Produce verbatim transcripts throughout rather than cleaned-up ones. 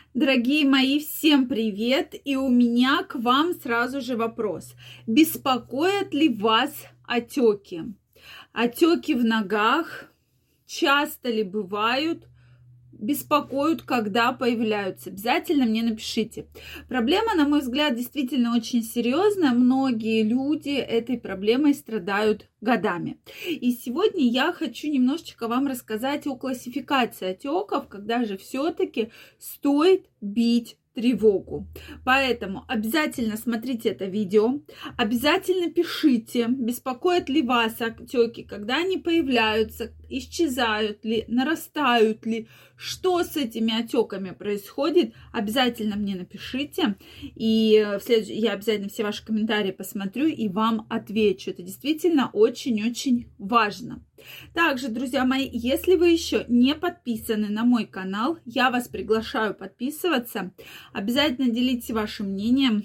Дорогие мои, всем привет! И у меня к вам сразу же вопрос. Беспокоят ли вас отеки? Отеки в ногах часто ли бывают? Беспокоят, когда появляются? Обязательно мне напишите. Проблема, на мой взгляд, действительно очень серьезная. Многие люди этой проблемой страдают годами. И сегодня я хочу немножечко вам рассказать о классификации отеков, когда же все-таки стоит бить тревогу. Поэтому обязательно смотрите это видео, обязательно пишите, беспокоят ли вас отеки, когда они появляются, исчезают ли, нарастают ли, что с этими отеками происходит, обязательно мне напишите, и в следующий, я обязательно все ваши комментарии посмотрю и вам отвечу. Это действительно очень-очень важно. Также, друзья мои, если вы еще не подписаны на мой канал, я вас приглашаю подписываться. Обязательно делитесь вашим мнением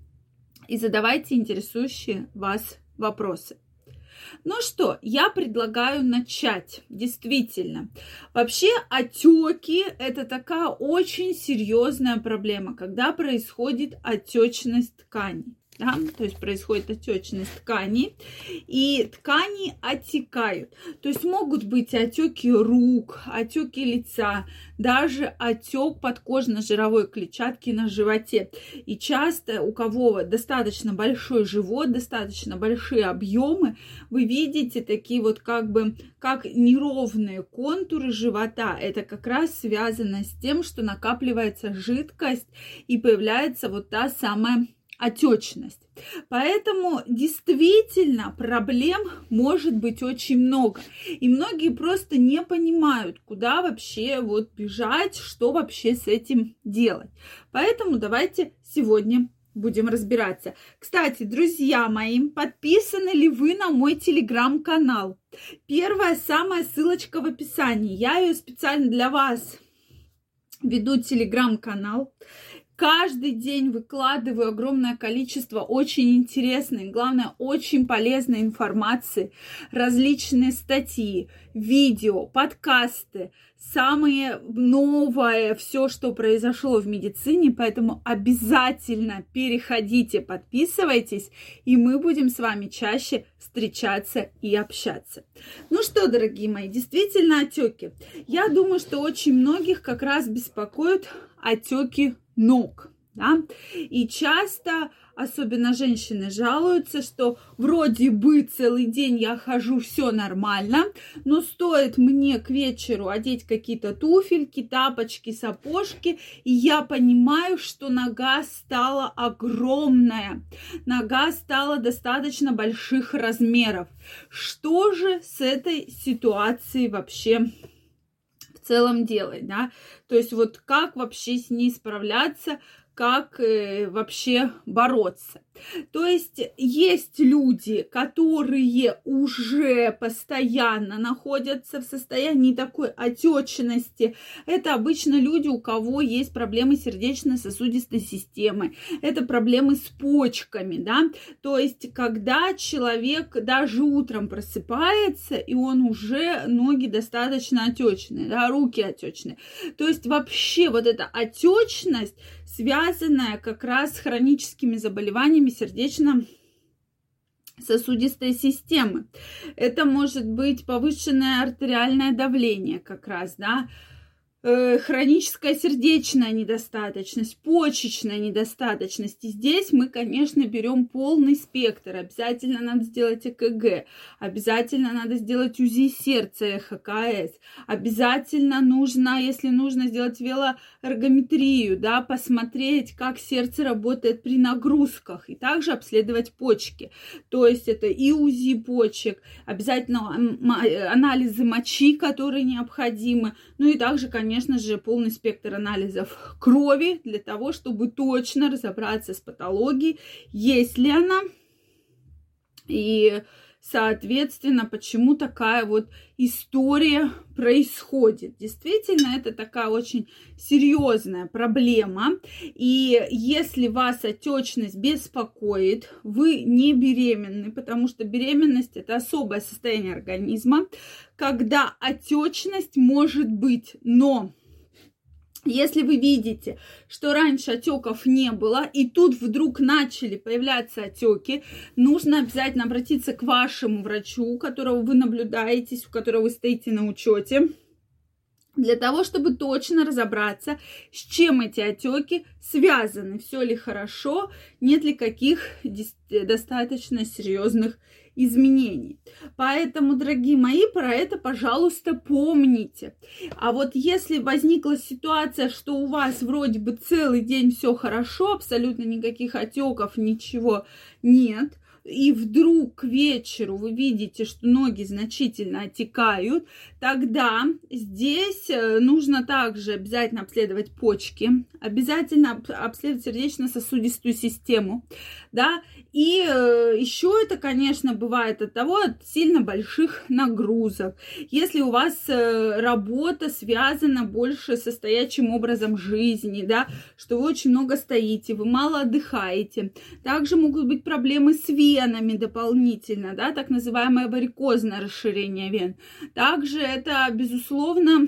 и задавайте интересующие вас вопросы. Ну что, я предлагаю начать. Действительно. Вообще отеки – это такая очень серьезная проблема, когда происходит отечность тканей. Да? То есть происходит отечность тканей, и ткани отекают. То есть могут быть отеки рук, отеки лица, даже отек подкожно-жировой клетчатки на животе. И часто у кого достаточно большой живот, достаточно большие объемы, вы видите такие вот как бы как неровные контуры живота. Это как раз связано с тем, что накапливается жидкость и появляется вот та самая отечность. Поэтому действительно проблем может быть очень много. И многие просто не понимают, куда вообще вот бежать, что вообще с этим делать. Поэтому давайте сегодня будем разбираться. Кстати, друзья мои, подписаны ли вы на мой телеграм-канал? Первая самая ссылочка в описании. Я ее специально для вас веду, телеграм-канал. Каждый день выкладываю огромное количество очень интересной, главное, очень полезной информации, различные статьи, видео, подкасты, самое новое, все, что произошло в медицине, поэтому обязательно переходите, подписывайтесь, и мы будем с вами чаще встречаться и общаться. Ну что, дорогие мои, действительно отеки. Я думаю, что очень многих как раз беспокоят отеки ног, да? И часто, особенно женщины, жалуются, что вроде бы целый день я хожу, все нормально, но стоит мне к вечеру одеть какие-то туфельки, тапочки, сапожки, и я понимаю, что нога стала огромная, нога стала достаточно больших размеров. Что же с этой ситуацией вообще в целом делать, да? То есть вот как вообще с ней справляться, как э, вообще бороться. То есть есть люди, которые уже постоянно находятся в состоянии такой отечности. Это обычно люди, у кого есть проблемы сердечно-сосудистой системы. Это проблемы с почками, да. То есть когда человек даже утром просыпается, и он уже ноги достаточно отечные, да, руки отечные. То есть вообще вот эта отечность, связанная как раз с хроническими заболеваниями сердечно-сосудистой системы. Это может быть повышенное артериальное давление как раз, да, э, хроническая сердечная недостаточность, почечная недостаточность. И здесь мы, конечно, берем полный спектр. Обязательно надо сделать ЭКГ, обязательно надо сделать УЗИ сердца, эхо ка эс. Обязательно нужно, если нужно, сделать велоэргометрию, да, посмотреть, как сердце работает при нагрузках, и также обследовать почки. То есть это и УЗИ почек, обязательно анализы мочи, которые необходимы, ну и также, конечно, Конечно же, полный спектр анализов крови для того, чтобы точно разобраться с патологией, есть ли она, и, соответственно, почему такая вот история происходит. Действительно, это такая очень серьезная проблема. И если вас отечность беспокоит, вы не беременны, потому что беременность – это особое состояние организма, когда отечность может быть, но Если вы видите, что раньше отеков не было, и тут вдруг начали появляться отеки, нужно обязательно обратиться к вашему врачу, у которого вы наблюдаетесь, у которого вы стоите на учете, для того, чтобы точно разобраться, с чем эти отеки связаны, все ли хорошо, нет ли каких достаточно серьезных изменений. Поэтому, дорогие мои, про это, пожалуйста, помните. А вот если возникла ситуация, что у вас вроде бы целый день все хорошо, абсолютно никаких отеков, ничего нет, и вдруг к вечеру вы видите, что ноги значительно отекают, тогда здесь нужно также обязательно обследовать почки, обязательно обследовать сердечно-сосудистую систему, да, и еще это, конечно, бывает от того, от сильно больших нагрузок. Если у вас работа связана больше со стоячим образом жизни, да, что вы очень много стоите, вы мало отдыхаете, также могут быть проблемы с венами дополнительно, да, так называемое варикозное расширение вен. Также это, безусловно,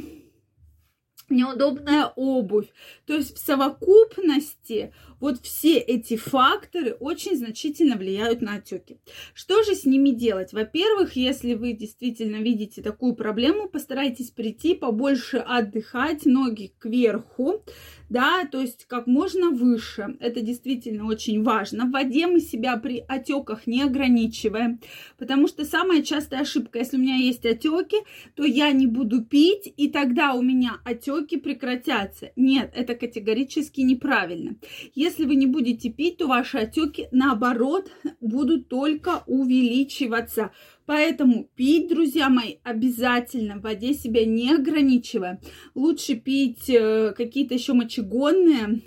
неудобная обувь. То есть в совокупности вот все эти факторы очень значительно влияют на отеки. Что же с ними делать? Во-первых, если вы действительно видите такую проблему, постарайтесь прийти, побольше отдыхать, ноги кверху, да, то есть как можно выше. Это действительно очень важно. В воде мы себя при отеках не ограничиваем, потому что самая частая ошибка, если у меня есть отеки, то я не буду пить, и тогда у меня отеки прекратятся. Нет, это категорически неправильно. Если вы не будете пить, то ваши отеки, наоборот, будут только увеличиваться. Поэтому пить, друзья мои, обязательно, в воде себя не ограничивая. Лучше пить какие-то еще мочегонные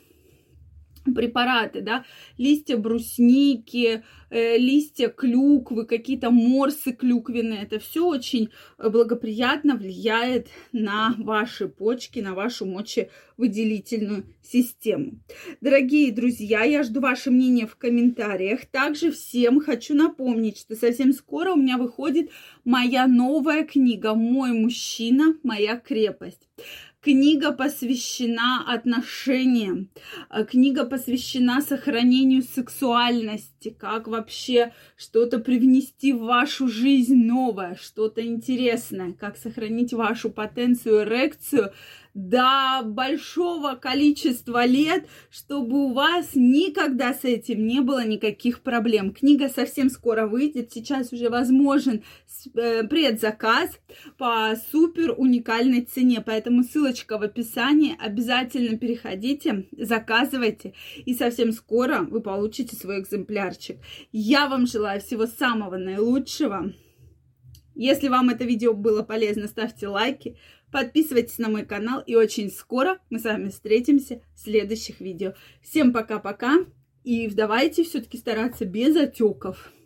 препараты, да, листья брусники, э, листья клюквы, какие-то морсы клюквенные. Это все очень благоприятно влияет на ваши почки, на вашу мочевыделительную систему. Дорогие друзья, я жду ваше мнение в комментариях. Также всем хочу напомнить, что совсем скоро у меня выходит моя новая книга «Мой мужчина, моя крепость». Книга посвящена отношениям, книга посвящена сохранению сексуальности, как вообще что-то привнести в вашу жизнь новое, что-то интересное, как сохранить вашу потенцию, эрекцию до большого количества лет, чтобы у вас никогда с этим не было никаких проблем. Книга совсем скоро выйдет, сейчас уже возможен предзаказ по супер уникальной цене, поэтому ссылочка в описании, обязательно переходите, заказывайте, и совсем скоро вы получите свой экземплярчик. Я вам желаю всего самого наилучшего. Если вам это видео было полезно, ставьте лайки, подписывайтесь на мой канал, и очень скоро мы с вами встретимся в следующих видео. Всем пока-пока, и давайте все-таки стараться без отеков.